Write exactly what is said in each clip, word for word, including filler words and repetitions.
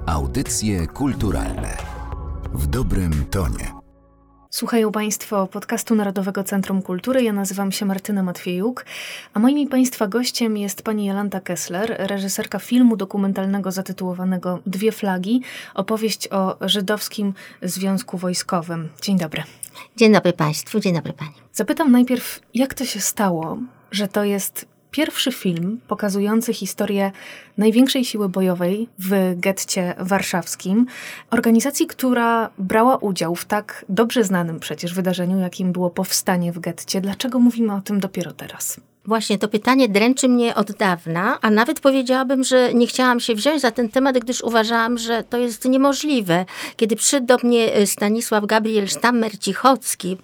Audycje kulturalne w dobrym tonie. Słuchają Państwo podcastu Narodowego Centrum Kultury. Ja nazywam się Martyna Matwiejuk, a moim i Państwa gościem jest pani Jolanta Kessler, reżyserka filmu dokumentalnego zatytułowanego Dwie flagi, opowieść o żydowskim związku wojskowym. Dzień dobry. Dzień dobry Państwu, dzień dobry Pani. Zapytam najpierw, jak to się stało, że to jest pierwszy film pokazujący historię największej siły bojowej w getcie warszawskim, organizacji, która brała udział w tak dobrze znanym przecież wydarzeniu, jakim było powstanie w getcie. Dlaczego mówimy o tym dopiero teraz? Właśnie to pytanie dręczy mnie od dawna, a nawet powiedziałabym, że nie chciałam się wziąć za ten temat, gdyż uważałam, że to jest niemożliwe. Kiedy przyszedł do mnie Stanisław Gabriel Sztammer-Cichocki,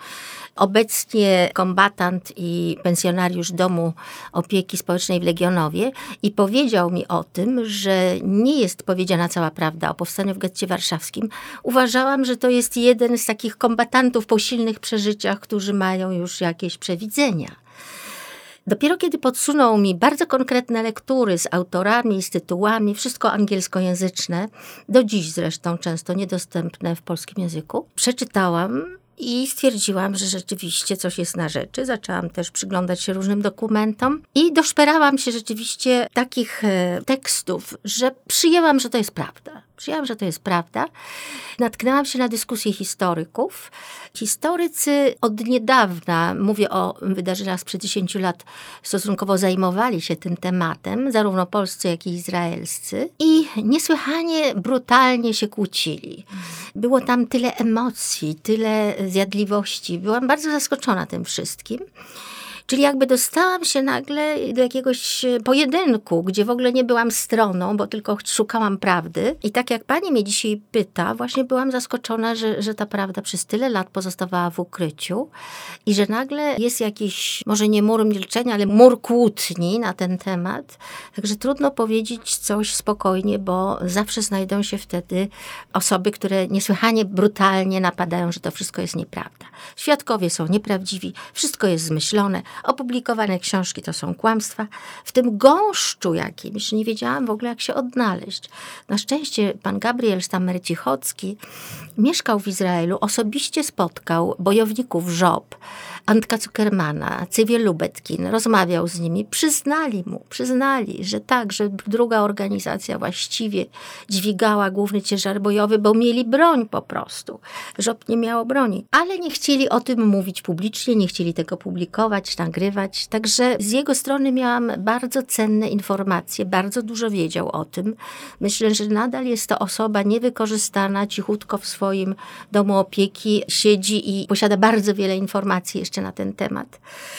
obecnie kombatant i pensjonariusz Domu Opieki Społecznej w Legionowie, i powiedział mi o tym, że nie jest powiedziana cała prawda o powstaniu w getcie warszawskim, uważałam, że to jest jeden z takich kombatantów po silnych przeżyciach, którzy mają już jakieś przewidzenia. Dopiero kiedy podsunął mi bardzo konkretne lektury z autorami, z tytułami, wszystko angielskojęzyczne, do dziś zresztą często niedostępne w polskim języku, przeczytałam i stwierdziłam, że rzeczywiście coś jest na rzeczy. Zaczęłam też przyglądać się różnym dokumentom i doszperałam się rzeczywiście takich e, tekstów, że przyjęłam, że to jest prawda. Przyjęłam, że to jest prawda. Natknęłam się na dyskusje historyków. Historycy od niedawna, mówię o wydarzeniach sprzed dziesięciu lat, stosunkowo zajmowali się tym tematem, zarówno polscy, jak i izraelscy, i niesłychanie brutalnie się kłócili. Było tam tyle emocji, tyle zjadliwości. Byłam bardzo zaskoczona tym wszystkim. Czyli jakby dostałam się nagle do jakiegoś pojedynku, gdzie w ogóle nie byłam stroną, bo tylko szukałam prawdy. I tak jak pani mnie dzisiaj pyta, właśnie byłam zaskoczona, że, że ta prawda przez tyle lat pozostawała w ukryciu i że nagle jest jakiś, może nie mur milczenia, ale mur kłótni na ten temat. Także trudno powiedzieć coś spokojnie, bo zawsze znajdą się wtedy osoby, które niesłychanie brutalnie napadają, że to wszystko jest nieprawda. Świadkowie są nieprawdziwi, wszystko jest zmyślone. Opublikowane książki to są kłamstwa. W tym gąszczu jakimś nie wiedziałam w ogóle, jak się odnaleźć. Na szczęście pan Gabriel Sztammer-Cichocki mieszkał w Izraelu, osobiście spotkał bojowników żob, Antka Zuckermana, Cywię Lubetkin, rozmawiał z nimi, przyznali mu, przyznali, że tak, że druga organizacja właściwie dźwigała główny ciężar bojowy, bo mieli broń po prostu. Żob nie miało broni, ale nie chcieli o tym mówić publicznie, nie chcieli tego publikować, nagrywać, także z jego strony miałam bardzo cenne informacje, bardzo dużo wiedział o tym. Myślę, że nadal jest to osoba niewykorzystana, cichutko w swoim domu opieki siedzi i posiada bardzo wiele informacji jeszcze na ten temat.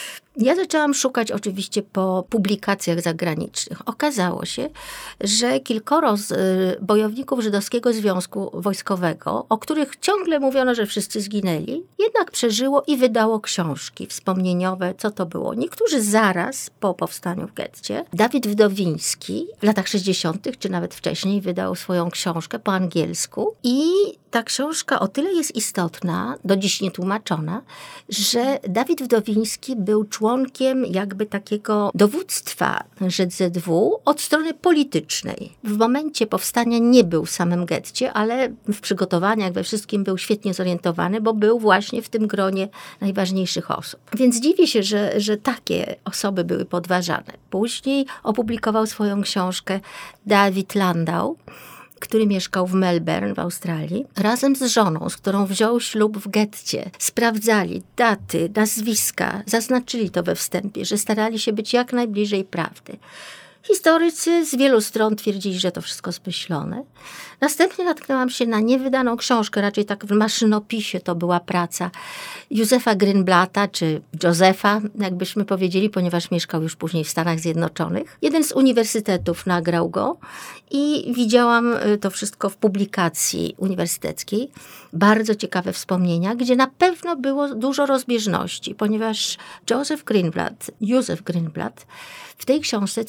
Ja zaczęłam szukać oczywiście po publikacjach zagranicznych. Okazało się, że kilkoro z bojowników Żydowskiego Związku Wojskowego, o których ciągle mówiono, że wszyscy zginęli, jednak przeżyło i wydało książki wspomnieniowe, co to było. Niektórzy zaraz po powstaniu w getcie. Dawid Wdowiński w latach sześćdziesiątych czy nawet wcześniej wydał swoją książkę po angielsku i ta książka o tyle jest istotna, do dziś nietłumaczona, że Dawid Wdowiński był członkiem jakby takiego dowództwa Ż Z W od strony politycznej. W momencie powstania nie był w samym getcie, ale w przygotowaniach, we wszystkim był świetnie zorientowany, bo był właśnie w tym gronie najważniejszych osób. Więc dziwię się, że, że takie osoby były podważane. Później opublikował swoją książkę David Landau, który mieszkał w Melbourne w Australii, razem z żoną, z którą wziął ślub w getcie. Sprawdzali daty, nazwiska, zaznaczyli to we wstępie, że starali się być jak najbliżej prawdy. Historycy z wielu stron twierdzili, że to wszystko zmyślone. Następnie natknęłam się na niewydaną książkę, raczej tak w maszynopisie to była praca Józefa Grünbladta, czy Józefa, jakbyśmy powiedzieli, ponieważ mieszkał już później w Stanach Zjednoczonych. Jeden z uniwersytetów nagrał go i widziałam to wszystko w publikacji uniwersyteckiej. Bardzo ciekawe wspomnienia, gdzie na pewno było dużo rozbieżności, ponieważ Józef Grünblatt, Józef Grünblatt w tej książce twierdził,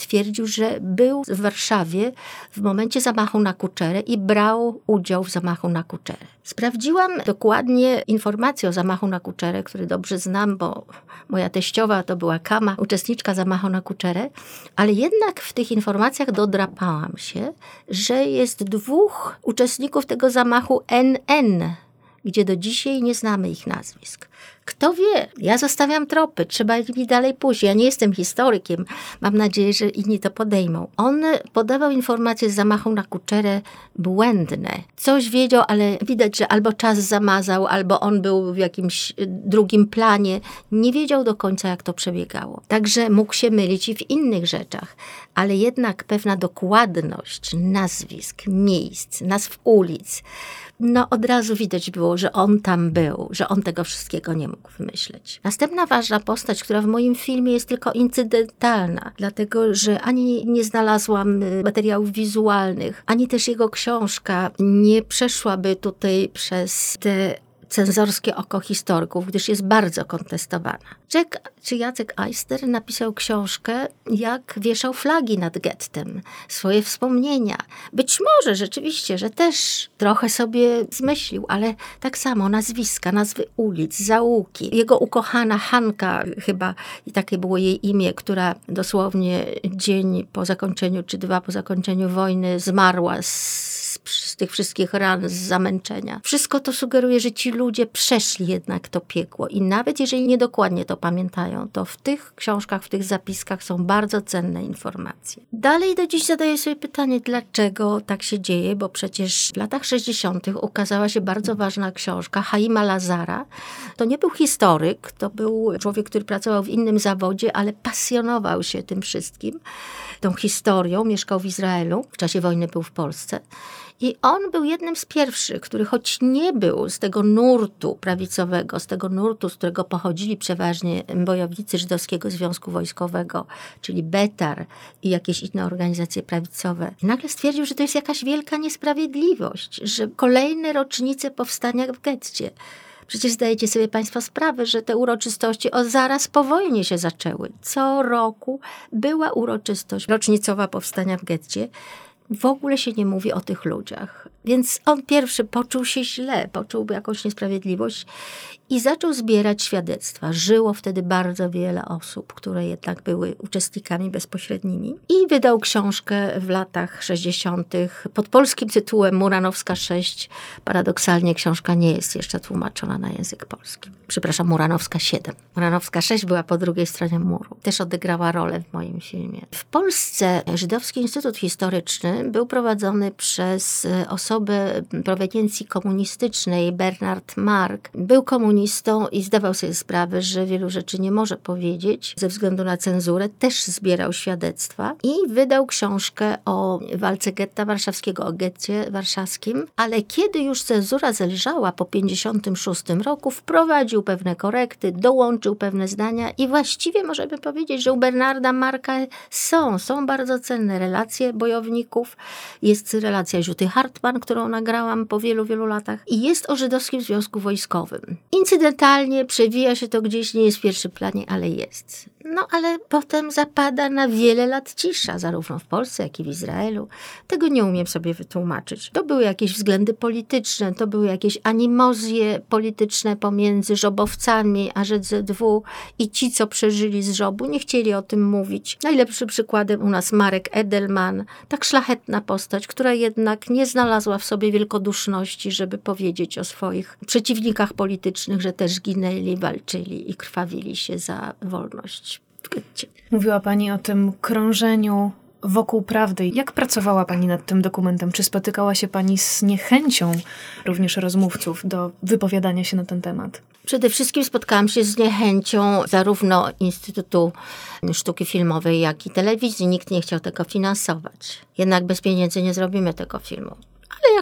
stwierdził, że był w Warszawie w momencie zamachu na Kuczerę i brał udział w zamachu na Kuczerę. Sprawdziłam dokładnie informacje o zamachu na Kuczerę, który dobrze znam, bo moja teściowa to była Kama, uczestniczka zamachu na Kuczerę, ale jednak w tych informacjach dodrapałam się, że jest dwóch uczestników tego zamachu N N, gdzie do dzisiaj nie znamy ich nazwisk. Kto wie, ja zostawiam tropy, trzeba mi dalej pójść. Ja nie jestem historykiem, mam nadzieję, że inni to podejmą. On podawał informacje z zamachu na Kuczerę błędne. Coś wiedział, ale widać, że albo czas zamazał, albo on był w jakimś drugim planie. Nie wiedział do końca, jak to przebiegało. Także mógł się mylić i w innych rzeczach. Ale jednak pewna dokładność nazwisk, miejsc, nazw ulic, no od razu widać było, że on tam był, że on tego wszystkiego nie mógł wymyśleć. Następna ważna postać, która w moim filmie jest tylko incydentalna, dlatego że ani nie znalazłam materiałów wizualnych, ani też jego książka nie przeszłaby tutaj przez te cenzorskie oko historyków, gdyż jest bardzo kontestowana. Jack czy Jacek Eyster napisał książkę, jak wieszał flagi nad gettem, swoje wspomnienia. Być może rzeczywiście, że też trochę sobie zmyślił, ale tak samo nazwiska, nazwy ulic, zaułki. Jego ukochana Hanka chyba, i takie było jej imię, która dosłownie dzień po zakończeniu, czy dwa po zakończeniu wojny zmarła z z tych wszystkich ran, z zamęczenia. Wszystko to sugeruje, że ci ludzie przeszli jednak to piekło i nawet jeżeli niedokładnie to pamiętają, to w tych książkach, w tych zapiskach są bardzo cenne informacje. Dalej do dziś zadaję sobie pytanie, dlaczego tak się dzieje, bo przecież w latach sześćdziesiątych ukazała się bardzo ważna książka Haima Lazara. To nie był historyk, to był człowiek, który pracował w innym zawodzie, ale pasjonował się tym wszystkim, tą historią, mieszkał w Izraelu, w czasie wojny był w Polsce. I on był jednym z pierwszych, który choć nie był z tego nurtu prawicowego, z tego nurtu, z którego pochodzili przeważnie bojownicy Żydowskiego Związku Wojskowego, czyli Betar i jakieś inne organizacje prawicowe. I nagle stwierdził, że to jest jakaś wielka niesprawiedliwość, że kolejne rocznice powstania w getcie. Przecież zdajecie sobie Państwo sprawę, że te uroczystości o zaraz po wojnie się zaczęły. Co roku była uroczystość rocznicowa powstania w getcie. W ogóle się nie mówi o tych ludziach. Więc on pierwszy poczuł się źle, poczuł jakąś niesprawiedliwość i zaczął zbierać świadectwa. Żyło wtedy bardzo wiele osób, które jednak były uczestnikami bezpośrednimi. I wydał książkę w latach sześćdziesiątych pod polskim tytułem Muranowska sześć. Paradoksalnie książka nie jest jeszcze tłumaczona na język polski. Przepraszam, Muranowska siedem. Muranowska sześć była po drugiej stronie muru. Też odegrała rolę w moim filmie. W Polsce Żydowski Instytut Historyczny był prowadzony przez osobę proweniencji komunistycznej, Bernard Mark. Był komunistą i zdawał sobie sprawę, że wielu rzeczy nie może powiedzieć ze względu na cenzurę. Też zbierał świadectwa i wydał książkę o walce getta warszawskiego, o getcie warszawskim. Ale kiedy już cenzura zelżała po pięćdziesiątym szóstym roku, wprowadził pewne korekty, dołączył pewne zdania i właściwie możemy powiedzieć, że u Bernarda Marka są, są bardzo cenne relacje bojowników. Jest relacja Ziuty Hartman, którą nagrałam po wielu, wielu latach i jest o Żydowskim Związku Wojskowym. Incydentalnie przewija się to gdzieś, nie jest w pierwszym planie, ale jest. No ale potem zapada na wiele lat cisza, zarówno w Polsce, jak i w Izraelu. Tego nie umiem sobie wytłumaczyć. To były jakieś względy polityczne, to były jakieś animozje polityczne pomiędzy żobowcami A Z Z W i ci, co przeżyli z żobu, nie chcieli o tym mówić. Najlepszym przykładem u nas Marek Edelman, tak szlachetna postać, która jednak nie znalazła w sobie wielkoduszności, żeby powiedzieć o swoich przeciwnikach politycznych, że też ginęli, walczyli i krwawili się za wolność w getcie. Mówiła Pani o tym krążeniu wokół prawdy. Jak pracowała Pani nad tym dokumentem? Czy spotykała się Pani z niechęcią również rozmówców do wypowiadania się na ten temat? Przede wszystkim spotkałam się z niechęcią zarówno Instytutu Sztuki Filmowej, jak i telewizji. Nikt nie chciał tego finansować. Jednak bez pieniędzy nie zrobimy tego filmu. Ale jak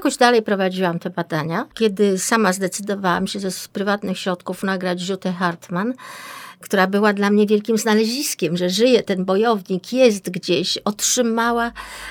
jakoś dalej prowadziłam te badania, kiedy sama zdecydowałam się ze prywatnych środków nagrać Ziutę Hartmann, która była dla mnie wielkim znaleziskiem, że żyje ten bojownik, jest gdzieś, otrzymała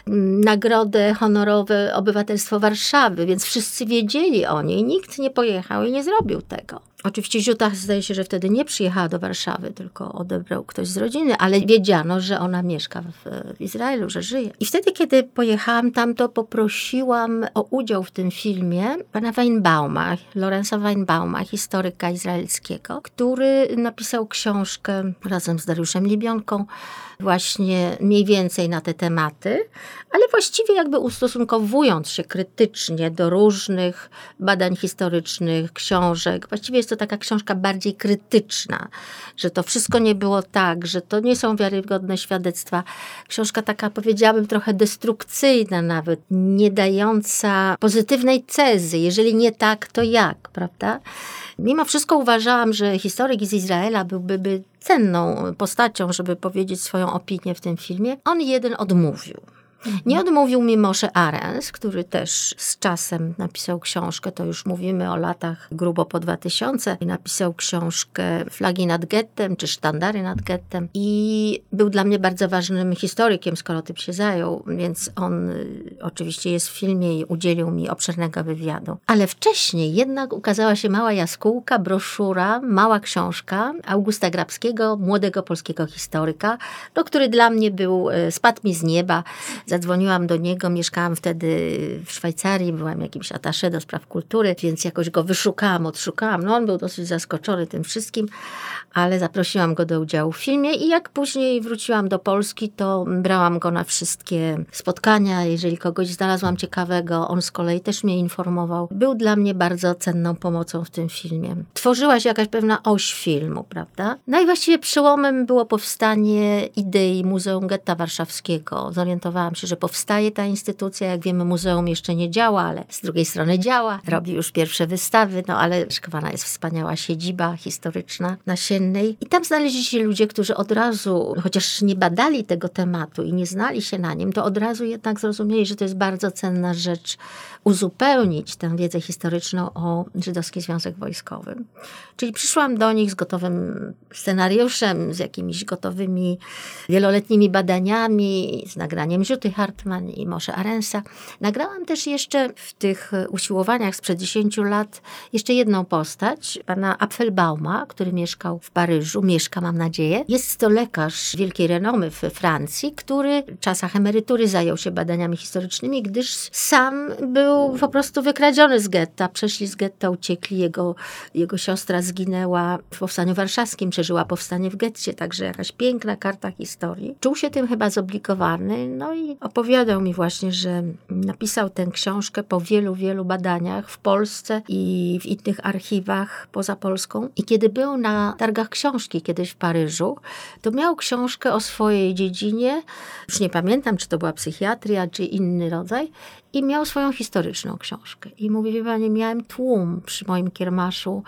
nagrodę honorowe Obywatelstwo Warszawy, więc wszyscy wiedzieli o niej, nikt nie pojechał i nie zrobił tego. Oczywiście Ziuta zdaje się, że wtedy nie przyjechała do Warszawy, tylko odebrał ktoś z rodziny, ale wiedziano, że ona mieszka w, w Izraelu, że żyje. I wtedy, kiedy pojechałam tam, to poprosiłam o udział w tym filmie pana Weinbauma, Lorenza Weinbauma, historyka izraelskiego, który napisał książkę razem z Dariuszem Libionką, właśnie mniej więcej na te tematy, ale właściwie jakby ustosunkowując się krytycznie do różnych badań historycznych, książek. Właściwie jest to taka książka bardziej krytyczna, że to wszystko nie było tak, że to nie są wiarygodne świadectwa. Książka taka, powiedziałabym, trochę destrukcyjna nawet, nie dająca pozytywnej cezy. Jeżeli nie tak, to jak, prawda? Mimo wszystko uważałam, że historyk z Izraela byłby by cenną postacią, żeby powiedzieć swoją opinię w tym filmie. On jeden odmówił. Nie odmówił mi Moshe Arens, który też z czasem napisał książkę, to już mówimy o latach grubo po dwa tysiące, napisał książkę Flagi nad gettem, czy Sztandary nad gettem i był dla mnie bardzo ważnym historykiem, skoro tym się zajął, więc on oczywiście jest w filmie i udzielił mi obszernego wywiadu. Ale wcześniej jednak ukazała się mała jaskółka, broszura, mała książka Augusta Grabskiego, młodego polskiego historyka, no, który dla mnie był, spadł mi z nieba. Zadzwoniłam do niego, mieszkałam wtedy w Szwajcarii, byłam jakimś attaché do spraw kultury, więc jakoś go wyszukałam, odszukałam. No on był dosyć zaskoczony tym wszystkim, ale zaprosiłam go do udziału w filmie i jak później wróciłam do Polski, to brałam go na wszystkie spotkania. Jeżeli kogoś znalazłam ciekawego, on z kolei też mnie informował. Był dla mnie bardzo cenną pomocą w tym filmie. Tworzyła się jakaś pewna oś filmu, prawda? No i właściwie przełomem było powstanie idei Muzeum Getta Warszawskiego. Zorientowałam się, że powstaje ta instytucja. Jak wiemy, muzeum jeszcze nie działa, ale z drugiej strony działa. Robi już pierwsze wystawy, no ale szykowana jest wspaniała siedziba historyczna na Siennej. I tam znaleźli się ludzie, którzy od razu, chociaż nie badali tego tematu i nie znali się na nim, to od razu jednak zrozumieli, że to jest bardzo cenna rzecz uzupełnić tę wiedzę historyczną o Żydowski Związek Wojskowy. Czyli przyszłam do nich z gotowym scenariuszem, z jakimiś gotowymi wieloletnimi badaniami, z nagraniem Ziuty Hartmann i Moshe Arensa. Nagrałam też jeszcze w tych usiłowaniach sprzed dziesięciu lat jeszcze jedną postać, pana Apfelbauma, który mieszkał w Paryżu, mieszka, mam nadzieję. Jest to lekarz wielkiej renomy w Francji, który w czasach emerytury zajął się badaniami historycznymi, gdyż sam był po prostu wykradziony z getta. Przeszli z getta, uciekli. Jego, jego siostra zginęła w Powstaniu Warszawskim, przeżyła powstanie w getcie, także jakaś piękna karta historii. Czuł się tym chyba zobligowany, no i opowiadał mi właśnie, że napisał tę książkę po wielu, wielu badaniach w Polsce i w innych archiwach poza Polską. I kiedy był na targach książki kiedyś w Paryżu, to miał książkę o swojej dziedzinie, już nie pamiętam, czy to była psychiatria, czy inny rodzaj, i miał swoją historyczną książkę. I mówi, wie pani, miałem tłum przy moim kiermaszu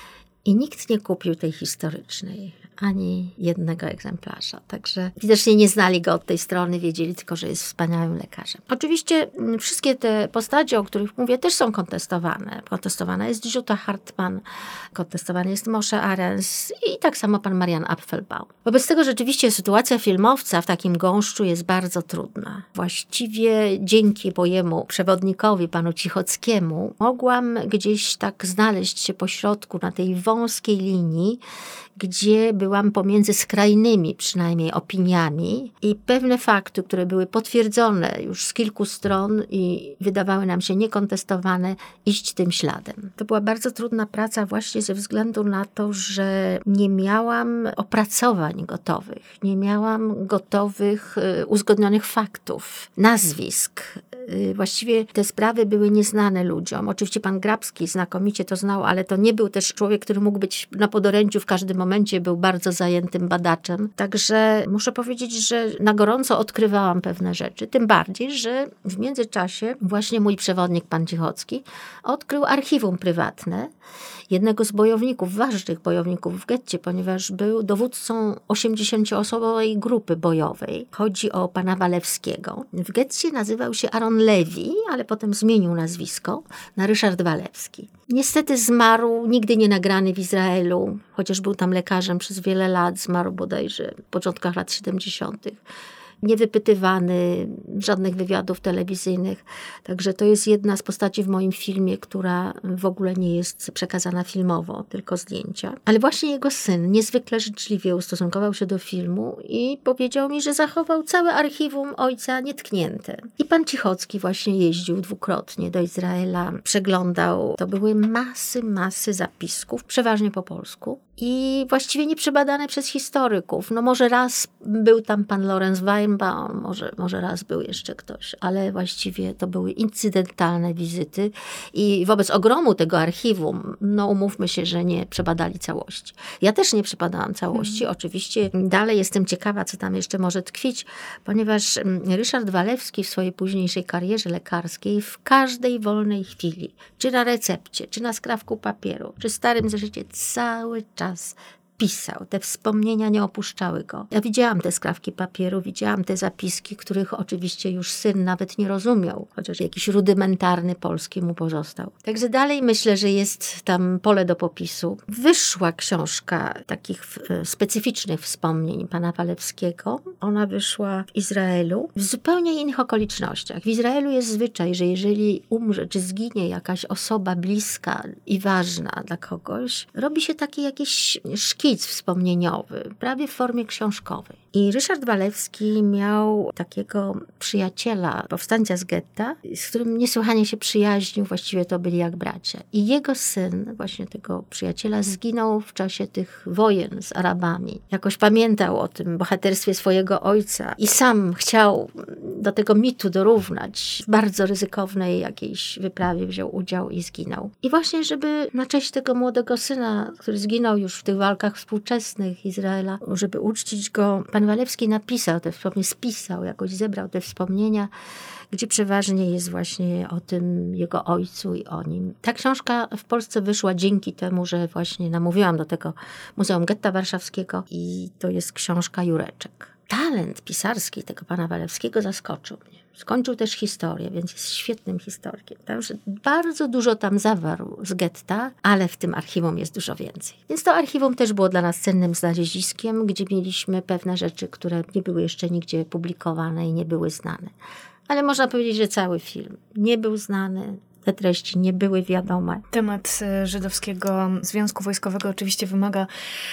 i nikt nie kupił tej historycznej. Ani jednego egzemplarza. Także widocznie nie znali go od tej strony, wiedzieli tylko, że jest wspaniałym lekarzem. Oczywiście wszystkie te postacie, o których mówię, też są kontestowane. Kontestowana jest Ziuta Hartmann, kontestowany jest Moshe Arens i tak samo pan Marian Apfelbaum. Wobec tego rzeczywiście sytuacja filmowca w takim gąszczu jest bardzo trudna. Właściwie dzięki mojemu przewodnikowi, panu Cichockiemu, mogłam gdzieś tak znaleźć się pośrodku na tej wąskiej linii, gdzie byłam pomiędzy skrajnymi przynajmniej opiniami i pewne fakty, które były potwierdzone już z kilku stron i wydawały nam się niekontestowane, iść tym śladem. To była bardzo trudna praca właśnie ze względu na to, że nie miałam opracowań gotowych, nie miałam gotowych, uzgodnionych faktów, nazwisk. Właściwie te sprawy były nieznane ludziom. Oczywiście pan Grabski znakomicie to znał, ale to nie był też człowiek, który mógł być na podorędziu w każdym momencie, był bardzo zajętym badaczem. Także muszę powiedzieć, że na gorąco odkrywałam pewne rzeczy. Tym bardziej, że w międzyczasie właśnie mój przewodnik, pan Cichocki, odkrył archiwum prywatne jednego z bojowników, ważnych bojowników w getcie, ponieważ był dowódcą osiemdziesięcioosobowej grupy bojowej. Chodzi o pana Walewskiego. W getcie nazywał się Aaron Leon Levy, ale potem zmienił nazwisko na Ryszard Walewski. Niestety zmarł, nigdy nie nagrany w Izraelu, chociaż był tam lekarzem przez wiele lat, zmarł bodajże w początkach lat siedemdziesiątych. Niewypytywany, żadnych wywiadów telewizyjnych. Także to jest jedna z postaci w moim filmie, która w ogóle nie jest przekazana filmowo, tylko zdjęcia. Ale właśnie jego syn niezwykle życzliwie ustosunkował się do filmu i powiedział mi, że zachował całe archiwum ojca nietknięte. I pan Cichocki właśnie jeździł dwukrotnie do Izraela, przeglądał. To były masy, masy zapisków, przeważnie po polsku. I właściwie nie przebadane przez historyków. No może raz był tam pan Lorenz Weinbaum, może, może raz był jeszcze ktoś, ale właściwie to były incydentalne wizyty i wobec ogromu tego archiwum, no umówmy się, że nie przebadali całości. Ja też nie przebadałam całości. Hmm. Oczywiście dalej jestem ciekawa, co tam jeszcze może tkwić, ponieważ Ryszard Walewski w swojej późniejszej karierze lekarskiej w każdej wolnej chwili, czy na recepcie, czy na skrawku papieru, czy starym zeszycie, cały czas pisał. Te wspomnienia nie opuszczały go. Ja widziałam te skrawki papieru, widziałam te zapiski, których oczywiście już syn nawet nie rozumiał, chociaż jakiś rudymentarny polski mu pozostał. Także dalej myślę, że jest tam pole do popisu. Wyszła książka takich specyficznych wspomnień pana Walewskiego. Ona wyszła w Izraelu w zupełnie innych okolicznościach. W Izraelu jest zwyczaj, że jeżeli umrze czy zginie jakaś osoba bliska i ważna dla kogoś, robi się taki jakiś szkic wspomnieniowy, prawie w formie książkowej. I Ryszard Walewski miał takiego przyjaciela, powstańca z getta, z którym niesłychanie się przyjaźnił, właściwie to byli jak bracia. I jego syn, właśnie tego przyjaciela, zginął w czasie tych wojen z Arabami. Jakoś pamiętał o tym bohaterstwie swojego ojca i sam chciał do tego mitu dorównać. W bardzo ryzykownej jakiejś wyprawie wziął udział i zginął. I właśnie, żeby na cześć tego młodego syna, który zginął już w tych walkach współczesnych Izraela, żeby uczcić go, pan Walewski napisał te wspomnienia, spisał, jakoś zebrał te wspomnienia, gdzie przeważnie jest właśnie o tym jego ojcu i o nim. Ta książka w Polsce wyszła dzięki temu, że właśnie namówiłam do tego Muzeum Getta Warszawskiego i to jest książka Jureczek. Talent pisarski tego pana Walewskiego zaskoczył mnie. Skończył też historię, więc jest świetnym historykiem. Także bardzo dużo tam zawarł z getta, ale w tym archiwum jest dużo więcej. Więc to archiwum też było dla nas cennym znaleziskiem, gdzie mieliśmy pewne rzeczy, które nie były jeszcze nigdzie publikowane i nie były znane. Ale można powiedzieć, że cały film nie był znany. Te treści nie były wiadome. Temat żydowskiego związku wojskowego oczywiście wymaga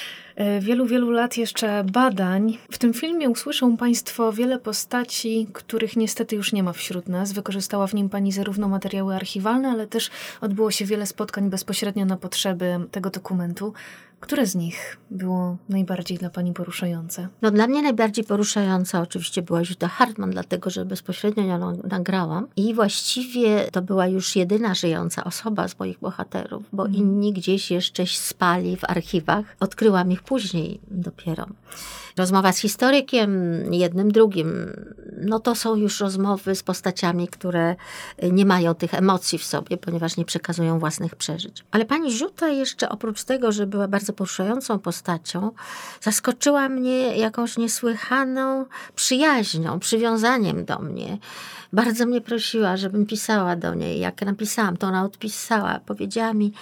wielu, wielu lat jeszcze badań. W tym filmie usłyszą Państwo wiele postaci, których niestety już nie ma wśród nas. Wykorzystała w nim Pani zarówno materiały archiwalne, ale też odbyło się wiele spotkań bezpośrednio na potrzeby tego dokumentu. Które z nich było najbardziej dla Pani poruszające? No dla mnie najbardziej poruszająca oczywiście była Jutta Hartmann, dlatego że bezpośrednio ją nagrałam i właściwie to była już jedyna żyjąca osoba z moich bohaterów, bo mm. inni gdzieś jeszcze spali w archiwach. Odkryłam ich później dopiero. Rozmowa z historykiem, jednym, drugim, no to są już rozmowy z postaciami, które nie mają tych emocji w sobie, ponieważ nie przekazują własnych przeżyć. Ale pani Jutta jeszcze oprócz tego, że była bardzo poruszającą postacią, zaskoczyła mnie jakąś niesłychaną przyjaźnią, przywiązaniem do mnie. Bardzo mnie prosiła, żebym pisała do niej. Jak napisałam, to ona odpisała. Powiedziała mi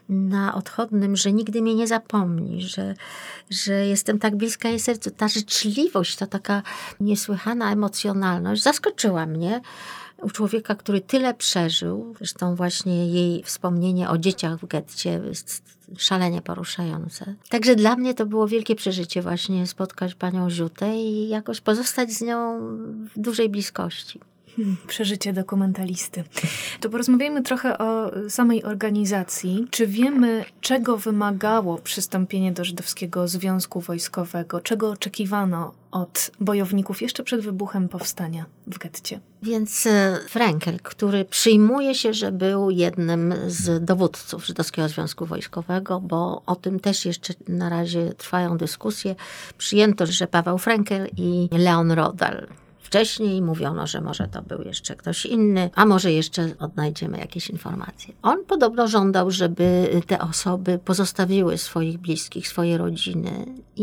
na odchodnym, że nigdy mnie nie zapomni, że, że jestem tak bliska jej sercu. Ta życzliwość, ta taka niesłychana emocjonalność zaskoczyła mnie u człowieka, który tyle przeżył. Zresztą właśnie jej wspomnienie o dzieciach w getcie jest szalenie poruszające. Także dla mnie to było wielkie przeżycie właśnie spotkać panią Juttę i jakoś pozostać z nią w dużej bliskości. Hmm, przeżycie dokumentalisty. To porozmawiajmy trochę o samej organizacji. Czy wiemy, czego wymagało przystąpienie do Żydowskiego Związku Wojskowego? Czego oczekiwano od bojowników jeszcze przed wybuchem powstania w getcie? Więc Frenkel, który przyjmuje się, że był jednym z dowódców Żydowskiego Związku Wojskowego, bo o tym też jeszcze na razie trwają dyskusje, przyjęto, że Paweł Frenkel i Leon Rodal. wcześniej. Mówiono, że może to był jeszcze ktoś inny, a może jeszcze odnajdziemy jakieś informacje. On podobno żądał, żeby te osoby pozostawiły swoich bliskich, swoje rodziny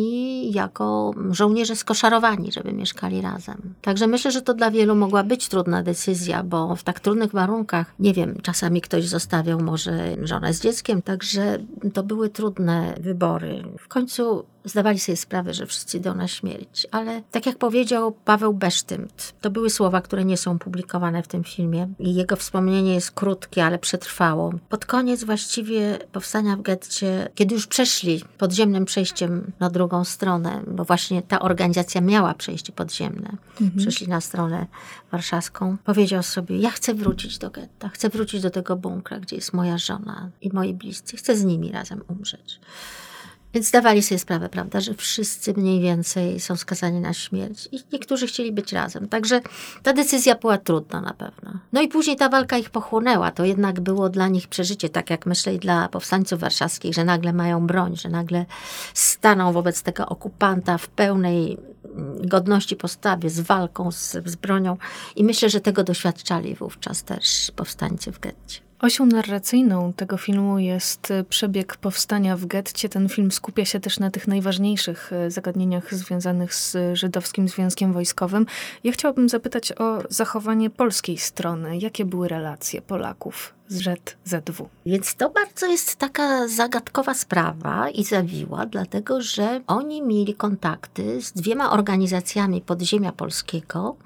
i jako żołnierze skoszarowani, żeby mieszkali razem. Także myślę, że to dla wielu mogła być trudna decyzja, bo w tak trudnych warunkach, nie wiem, czasami ktoś zostawiał może żonę z dzieckiem, także to były trudne wybory. W końcu zdawali sobie sprawę, że wszyscy idą na śmierć, ale tak jak powiedział Paweł Besztymt, to były słowa, które nie są publikowane w tym filmie i jego wspomnienie jest krótkie, ale przetrwało. Pod koniec właściwie powstania w getcie, kiedy już przeszli podziemnym przejściem na drugą stronę, bo właśnie ta organizacja miała przejście podziemne, mhm. przeszli na stronę warszawską, powiedział sobie, ja chcę wrócić do getta, chcę wrócić do tego bunkra, gdzie jest moja żona i moi bliscy, chcę z nimi razem umrzeć. Więc zdawali sobie sprawę, prawda, że wszyscy mniej więcej są skazani na śmierć i niektórzy chcieli być razem. Także ta decyzja była trudna na pewno. No i później ta walka ich pochłonęła. To jednak było dla nich przeżycie, tak jak myślę i dla powstańców warszawskich, że nagle mają broń, że nagle staną wobec tego okupanta w pełnej godności postawie, z walką, z, z bronią. I myślę, że tego doświadczali wówczas też powstańcy w getcie. Osią narracyjną tego filmu jest przebieg powstania w getcie. Ten film skupia się też na tych najważniejszych zagadnieniach związanych z Żydowskim Związkiem Wojskowym. Ja chciałabym zapytać o zachowanie polskiej strony. Jakie były relacje Polaków z Żet Z W? Więc to bardzo jest taka zagadkowa sprawa i zawiła, dlatego że oni mieli kontakty z dwiema organizacjami podziemia polskiego,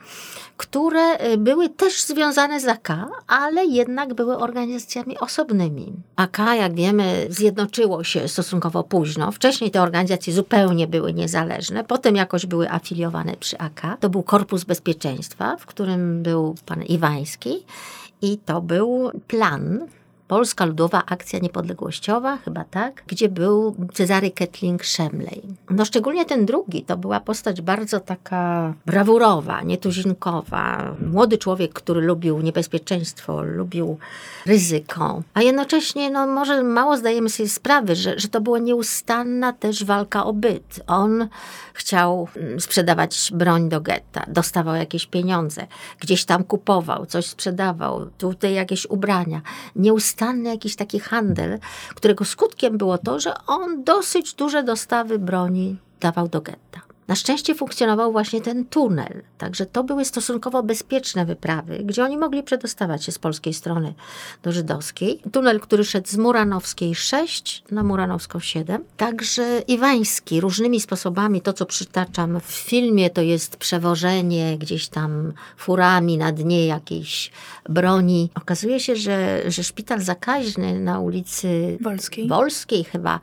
które były też związane z A K, ale jednak były organizacjami osobnymi. A K, jak wiemy, zjednoczyło się stosunkowo późno. Wcześniej te organizacje zupełnie były niezależne, potem jakoś były afiliowane przy A K. To był Korpus Bezpieczeństwa, w którym był pan Iwański i to był plan, Polska Ludowa Akcja Niepodległościowa, chyba tak, gdzie był Cezary Kettling-Szemlej. No szczególnie ten drugi, to była postać bardzo taka brawurowa, nietuzinkowa. Młody człowiek, który lubił niebezpieczeństwo, lubił ryzyko. A jednocześnie, no może mało zdajemy sobie sprawy, że, że to była nieustanna też walka o byt. On chciał sprzedawać broń do getta, dostawał jakieś pieniądze, gdzieś tam kupował, coś sprzedawał, tutaj jakieś ubrania. Nieustanny jakiś taki handel, którego skutkiem było to, że on dosyć duże dostawy broni dawał do getta. Na szczęście funkcjonował właśnie ten tunel, także to były stosunkowo bezpieczne wyprawy, gdzie oni mogli przedostawać się z polskiej strony do żydowskiej. Tunel, który szedł z Muranowskiej sześć na Muranowską siedem. Także Iwański różnymi sposobami, to co przytaczam w filmie, to jest przewożenie gdzieś tam furami na dnie jakiejś broni. Okazuje się, że, że szpital zakaźny na ulicy Wolskiej, Wolskiej chyba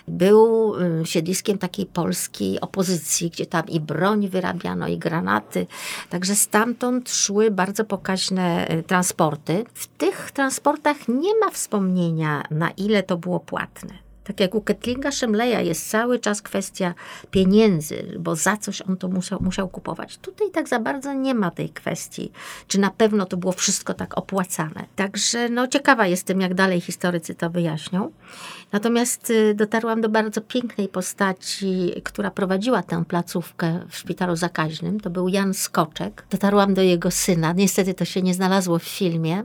był siedliskiem takiej polskiej opozycji, gdzie tam i broń wyrabiano, i granaty. Także stamtąd szły bardzo pokaźne transporty. W tych transportach nie ma wspomnienia, na ile to było płatne. Tak jak u Kettlinga-Szemleja jest cały czas kwestia pieniędzy, bo za coś on to musiał, musiał kupować. Tutaj tak za bardzo nie ma tej kwestii, czy na pewno to było wszystko tak opłacane. Także no, ciekawa jestem, jak dalej historycy to wyjaśnią. Natomiast dotarłam do bardzo pięknej postaci, która prowadziła tę placówkę w szpitalu zakaźnym. To był Jan Skoczek. Dotarłam do jego syna. Niestety to się nie znalazło w filmie.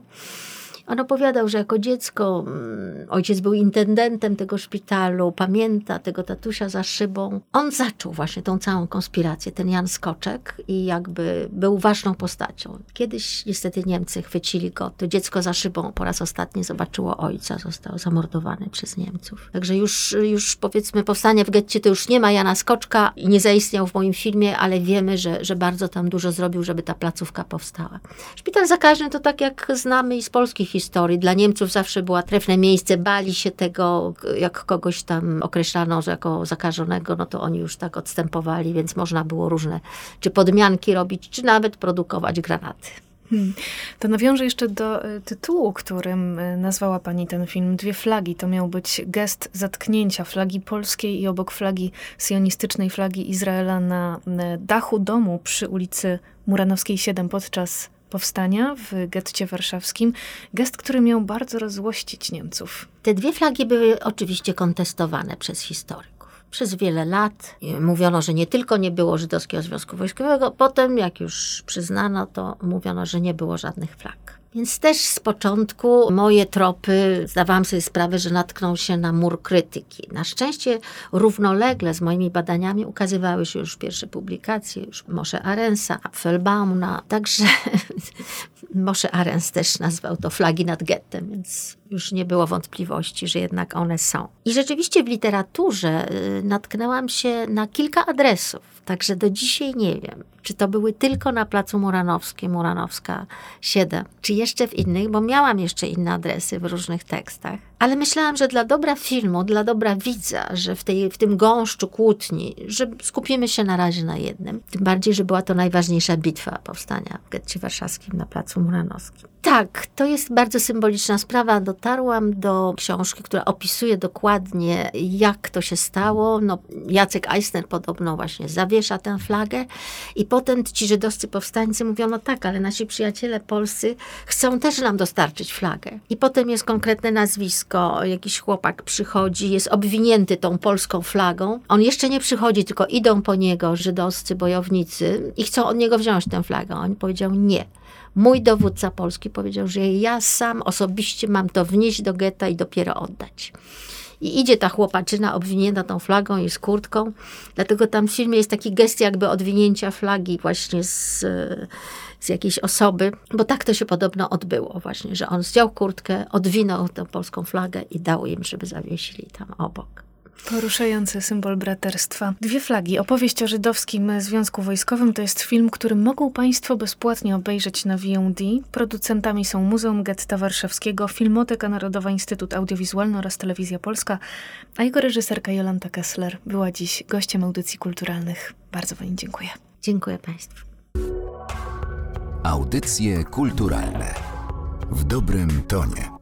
On opowiadał, że jako dziecko ojciec był intendentem tego szpitalu, pamięta tego tatusia za szybą. On zaczął właśnie tą całą konspirację, ten Jan Skoczek, i jakby był ważną postacią. Kiedyś niestety Niemcy chwycili go, to dziecko za szybą po raz ostatni zobaczyło ojca, został zamordowany przez Niemców. Także już, już powiedzmy powstanie w getcie to już nie ma Jana Skoczka i nie zaistniał w moim filmie, ale wiemy, że, że bardzo tam dużo zrobił, żeby ta placówka powstała. Szpital zakaźny to tak jak znamy i z polskich historii. Dla Niemców zawsze była trefne miejsce, bali się tego, jak kogoś tam określano, że jako zakażonego, no to oni już tak odstępowali, więc można było różne, czy podmianki robić, czy nawet produkować granaty. Hmm. To nawiążę jeszcze do tytułu, którym nazwała pani ten film. Dwie flagi. To miał być gest zatknięcia flagi polskiej i obok flagi sionistycznej, flagi Izraela na dachu domu przy ulicy Muranowskiej siedem podczas powstania w getcie warszawskim. Gest, który miał bardzo rozzłościć Niemców. Te dwie flagi były oczywiście kontestowane przez historyków. przez wiele lat. Mówiono, że nie tylko nie było Żydowskiego Związku Wojskowego, potem jak już przyznano, to mówiono, że nie było żadnych flag. Więc też z początku moje tropy, zdawałam sobie sprawę, że natkną się na mur krytyki. Na szczęście równolegle z moimi badaniami ukazywały się już pierwsze publikacje, już Moshe Arensa, Apfelbaumna, także Moshe Arens też nazwał to flagi nad gettem, więc już nie było wątpliwości, że jednak one są. I rzeczywiście w literaturze natknęłam się na kilka adresów, także do dzisiaj nie wiem, czy to były tylko na Placu Muranowskim, Muranowska siedem, czy jeszcze w innych, bo miałam jeszcze inne adresy w różnych tekstach. Ale myślałam, że dla dobra filmu, dla dobra widza, że w, tej, w tym gąszczu kłótni, że skupimy się na razie na jednym. Tym bardziej, że była to najważniejsza bitwa powstania w getcie warszawskim na Placu Muranowskim. Tak, to jest bardzo symboliczna sprawa. Dotarłam do książki, która opisuje dokładnie, jak to się stało. No, Jacek Eisner podobno właśnie zawiesza tę flagę i potem ci żydowscy powstańcy mówią, no tak, ale nasi przyjaciele polscy chcą też nam dostarczyć flagę. I potem jest konkretne nazwisko, jakiś chłopak przychodzi, jest obwinięty tą polską flagą. On jeszcze nie przychodzi, tylko idą po niego żydowscy bojownicy i chcą od niego wziąć tę flagę. On powiedział nie. Mój dowódca polski powiedział, że ja sam osobiście mam to wnieść do getta i dopiero oddać. I idzie ta chłopaczyna obwinięta tą flagą i z kurtką. Dlatego tam w filmie jest taki gest jakby odwinięcia flagi właśnie z, z jakiejś osoby. Bo tak to się podobno odbyło właśnie, że on zdjął kurtkę, odwinął tę polską flagę i dał im, żeby zawiesili tam obok. Poruszający symbol braterstwa. Dwie flagi. Opowieść o Żydowskim Związku Wojskowym to jest film, który mogą Państwo bezpłatnie obejrzeć na V O D. Producentami są Muzeum Getta Warszawskiego, Filmoteka Narodowa, Instytut Audiowizualny oraz Telewizja Polska, a jego reżyserka Jolanta Kessler była dziś gościem audycji kulturalnych. Bardzo Pani dziękuję. Dziękuję Państwu. Audycje kulturalne w dobrym tonie.